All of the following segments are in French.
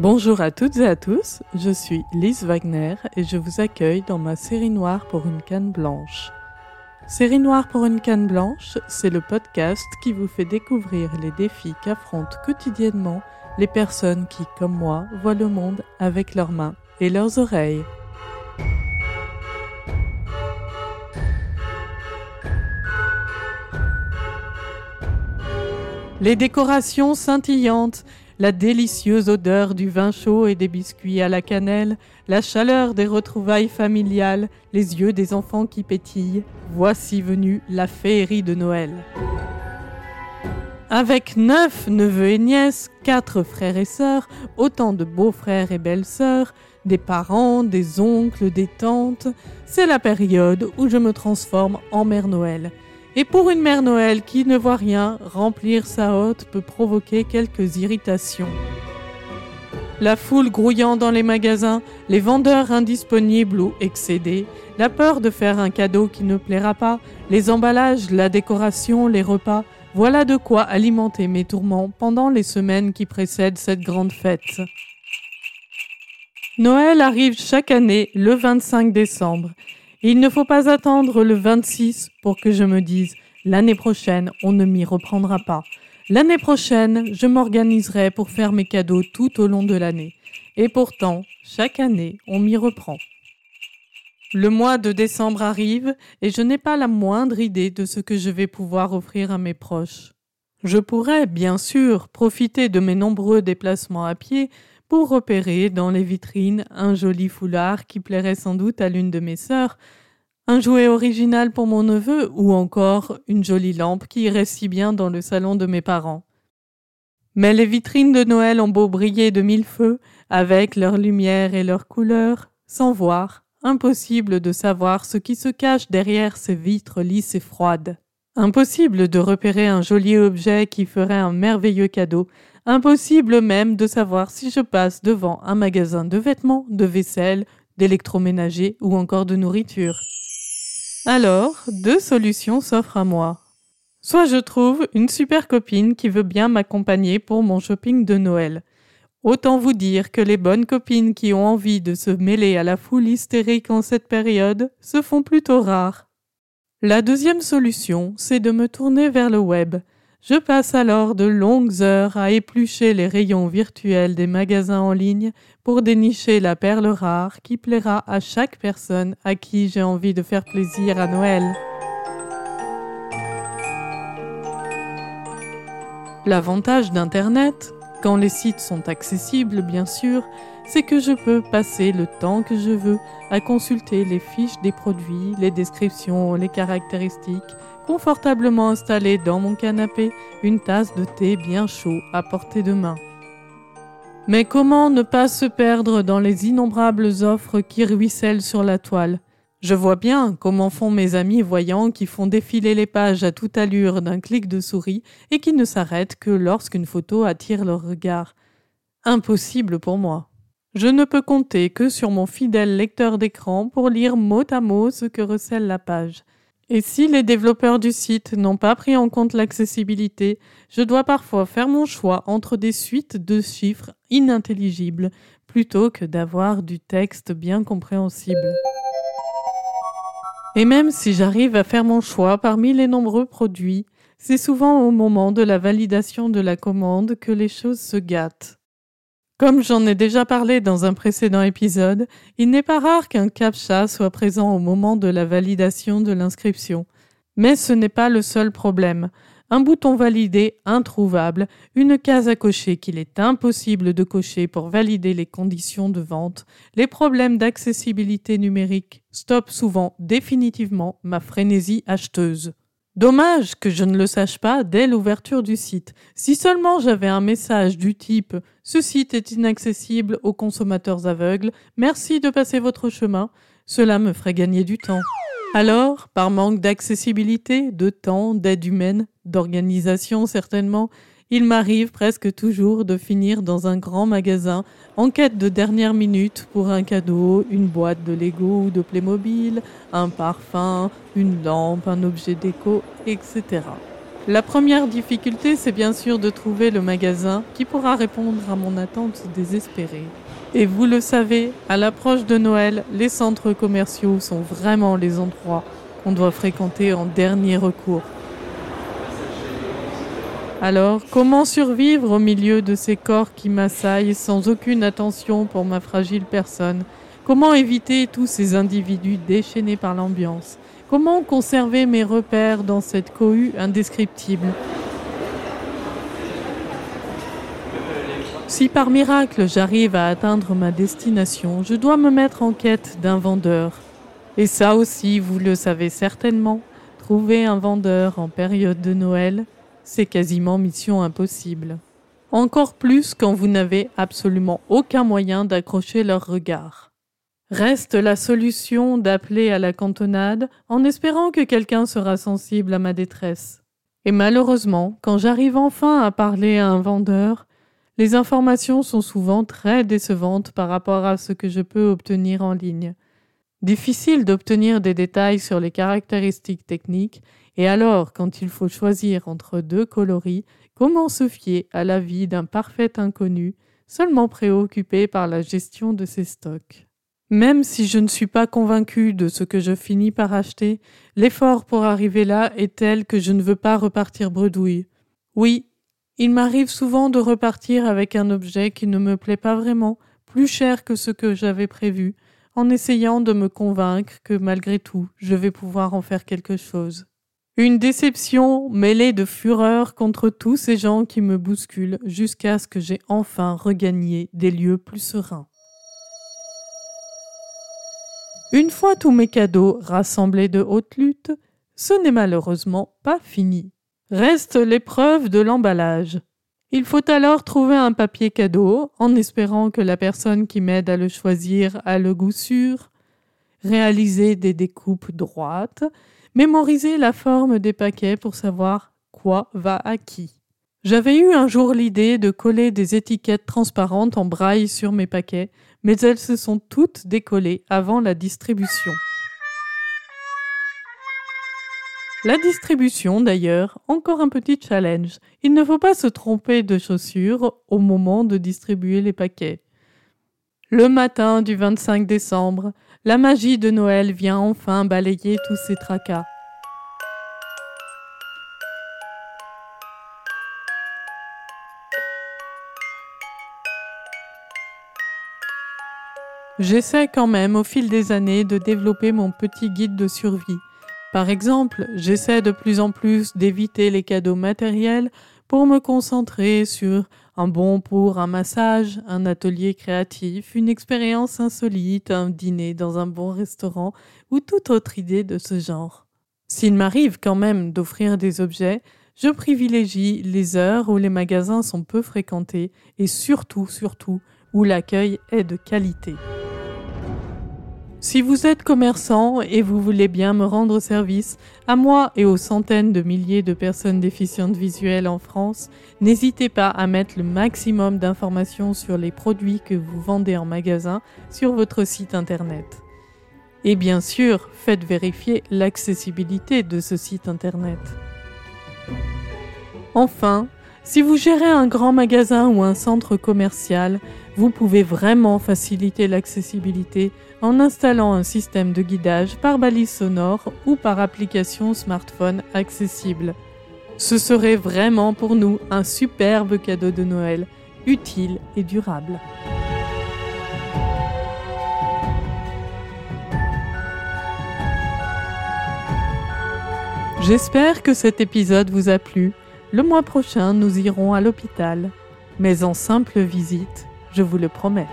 Bonjour à toutes et à tous, je suis Lise Wagner et je vous accueille dans ma série noire pour une canne blanche. Série noire pour une canne blanche, c'est le podcast qui vous fait découvrir les défis qu'affrontent quotidiennement les personnes qui, comme moi, voient le monde avec leurs mains et leurs oreilles. Les décorations scintillantes, la délicieuse odeur du vin chaud et des biscuits à la cannelle, la chaleur des retrouvailles familiales, les yeux des enfants qui pétillent, voici venue la féerie de Noël. Avec 9 neveux et nièces, 4 frères et sœurs, autant de beaux-frères et belles-sœurs, des parents, des oncles, des tantes, c'est la période où je me transforme en Mère Noël. Et pour une Mère Noël qui ne voit rien, remplir sa hotte peut provoquer quelques irritations. La foule grouillant dans les magasins, les vendeurs indisponibles ou excédés, la peur de faire un cadeau qui ne plaira pas, les emballages, la décoration, les repas, voilà de quoi alimenter mes tourments pendant les semaines qui précèdent cette grande fête. Noël arrive chaque année le 25 décembre. Il ne faut pas attendre le 26 pour que je me dise « l'année prochaine, on ne m'y reprendra pas ». L'année prochaine, je m'organiserai pour faire mes cadeaux tout au long de l'année. Et pourtant, chaque année, on m'y reprend. Le mois de décembre arrive et je n'ai pas la moindre idée de ce que je vais pouvoir offrir à mes proches. Je pourrais, bien sûr, profiter de mes nombreux déplacements à pied pour repérer dans les vitrines un joli foulard qui plairait sans doute à l'une de mes sœurs, un jouet original pour mon neveu ou encore une jolie lampe qui irait si bien dans le salon de mes parents. Mais les vitrines de Noël ont beau briller de mille feux, avec leurs lumières et leurs couleurs, sans voir, impossible de savoir ce qui se cache derrière ces vitres lisses et froides. Impossible de repérer un joli objet qui ferait un merveilleux cadeau. Impossible même de savoir si je passe devant un magasin de vêtements, de vaisselle, d'électroménager ou encore de nourriture. Alors, 2 solutions s'offrent à moi. Soit je trouve une super copine qui veut bien m'accompagner pour mon shopping de Noël. Autant vous dire que les bonnes copines qui ont envie de se mêler à la foule hystérique en cette période se font plutôt rares. La deuxième solution, c'est de me tourner vers le web. Je passe alors de longues heures à éplucher les rayons virtuels des magasins en ligne pour dénicher la perle rare qui plaira à chaque personne à qui j'ai envie de faire plaisir à Noël. L'avantage d'Internet, quand les sites sont accessibles bien sûr, c'est que je peux passer le temps que je veux à consulter les fiches des produits, les descriptions, les caractéristiques, confortablement installé dans mon canapé, une tasse de thé bien chaud à portée de main. Mais comment ne pas se perdre dans les innombrables offres qui ruissellent sur la toile ? Je vois bien comment font mes amis voyants qui font défiler les pages à toute allure d'un clic de souris et qui ne s'arrêtent que lorsqu'une photo attire leur regard. Impossible pour moi. Je ne peux compter que sur mon fidèle lecteur d'écran pour lire mot à mot ce que recèle la page. Et si les développeurs du site n'ont pas pris en compte l'accessibilité, je dois parfois faire mon choix entre des suites de chiffres inintelligibles plutôt que d'avoir du texte bien compréhensible. Et même si j'arrive à faire mon choix parmi les nombreux produits, c'est souvent au moment de la validation de la commande que les choses se gâtent. Comme j'en ai déjà parlé dans un précédent épisode, il n'est pas rare qu'un CAPTCHA soit présent au moment de la validation de l'inscription. Mais ce n'est pas le seul problème. Un bouton validé introuvable, une case à cocher qu'il est impossible de cocher pour valider les conditions de vente, les problèmes d'accessibilité numérique stoppent souvent définitivement ma frénésie acheteuse. Dommage que je ne le sache pas dès l'ouverture du site. Si seulement j'avais un message du type « Ce site est inaccessible aux consommateurs aveugles, merci de passer votre chemin », cela me ferait gagner du temps. Alors, par manque d'accessibilité, de temps, d'aide humaine, d'organisation certainement, il m'arrive presque toujours de finir dans un grand magasin en quête de dernière minute pour un cadeau, une boîte de Lego ou de Playmobil, un parfum, une lampe, un objet déco, etc. La première difficulté, c'est bien sûr de trouver le magasin qui pourra répondre à mon attente désespérée. Et vous le savez, à l'approche de Noël, les centres commerciaux sont vraiment les endroits qu'on doit fréquenter en dernier recours. Alors, comment survivre au milieu de ces corps qui m'assaillent sans aucune attention pour ma fragile personne ? Comment éviter tous ces individus déchaînés par l'ambiance ? Comment conserver mes repères dans cette cohue indescriptible ? Si par miracle j'arrive à atteindre ma destination, je dois me mettre en quête d'un vendeur. Et ça aussi, vous le savez certainement, trouver un vendeur en période de Noël, c'est quasiment mission impossible. Encore plus quand vous n'avez absolument aucun moyen d'accrocher leur regard. Reste la solution d'appeler à la cantonade en espérant que quelqu'un sera sensible à ma détresse. Et malheureusement, quand j'arrive enfin à parler à un vendeur, les informations sont souvent très décevantes par rapport à ce que je peux obtenir en ligne. Difficile d'obtenir des détails sur les caractéristiques techniques, et alors, quand il faut choisir entre deux coloris, comment se fier à l'avis d'un parfait inconnu, seulement préoccupé par la gestion de ses stocks. Même si je ne suis pas convaincue de ce que je finis par acheter, l'effort pour arriver là est tel que je ne veux pas repartir bredouille. Oui, il m'arrive souvent de repartir avec un objet qui ne me plaît pas vraiment, plus cher que ce que j'avais prévu, en essayant de me convaincre que malgré tout, je vais pouvoir en faire quelque chose. Une déception mêlée de fureur contre tous ces gens qui me bousculent jusqu'à ce que j'ai enfin regagné des lieux plus sereins. Une fois tous mes cadeaux rassemblés de haute lutte, ce n'est malheureusement pas fini. Reste l'épreuve de l'emballage. Il faut alors trouver un papier cadeau en espérant que la personne qui m'aide à le choisir a le goût sûr, réaliser des découpes droites, mémoriser la forme des paquets pour savoir quoi va à qui. J'avais eu un jour l'idée de coller des étiquettes transparentes en braille sur mes paquets, mais elles se sont toutes décollées avant la distribution. La distribution, d'ailleurs, encore un petit challenge. Il ne faut pas se tromper de chaussures au moment de distribuer les paquets. Le matin du 25 décembre, la magie de Noël vient enfin balayer tous ces tracas. J'essaie quand même au fil des années de développer mon petit guide de survie. Par exemple, j'essaie de plus en plus d'éviter les cadeaux matériels pour me concentrer sur un bon pour un massage, un atelier créatif, une expérience insolite, un dîner dans un bon restaurant ou toute autre idée de ce genre. S'il m'arrive quand même d'offrir des objets, je privilégie les heures où les magasins sont peu fréquentés et surtout où l'accueil est de qualité. Si vous êtes commerçant et vous voulez bien me rendre service, à moi et aux centaines de milliers de personnes déficientes visuelles en France, n'hésitez pas à mettre le maximum d'informations sur les produits que vous vendez en magasin sur votre site internet. Et bien sûr, faites vérifier l'accessibilité de ce site internet. Enfin, si vous gérez un grand magasin ou un centre commercial, vous pouvez vraiment faciliter l'accessibilité en installant un système de guidage par balise sonore ou par application smartphone accessible. Ce serait vraiment pour nous un superbe cadeau de Noël, utile et durable. J'espère que cet épisode vous a plu. Le mois prochain, nous irons à l'hôpital, mais en simple visite, je vous le promets.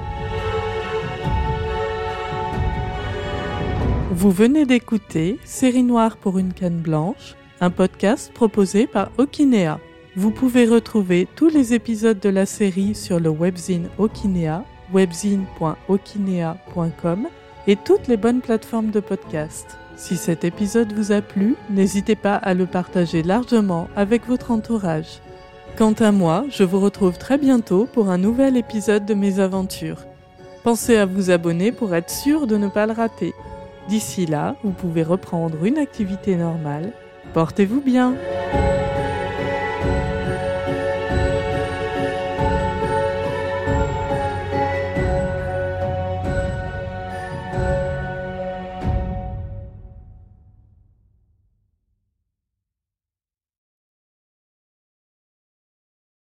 Vous venez d'écouter Série Noire pour une canne blanche, un podcast proposé par Okinea. Vous pouvez retrouver tous les épisodes de la série sur le webzine Okinea, webzine.okinea.com et toutes les bonnes plateformes de podcast. Si cet épisode vous a plu, n'hésitez pas à le partager largement avec votre entourage. Quant à moi, je vous retrouve très bientôt pour un nouvel épisode de mes aventures. Pensez à vous abonner pour être sûr de ne pas le rater. D'ici là, vous pouvez reprendre une activité normale. Portez-vous bien!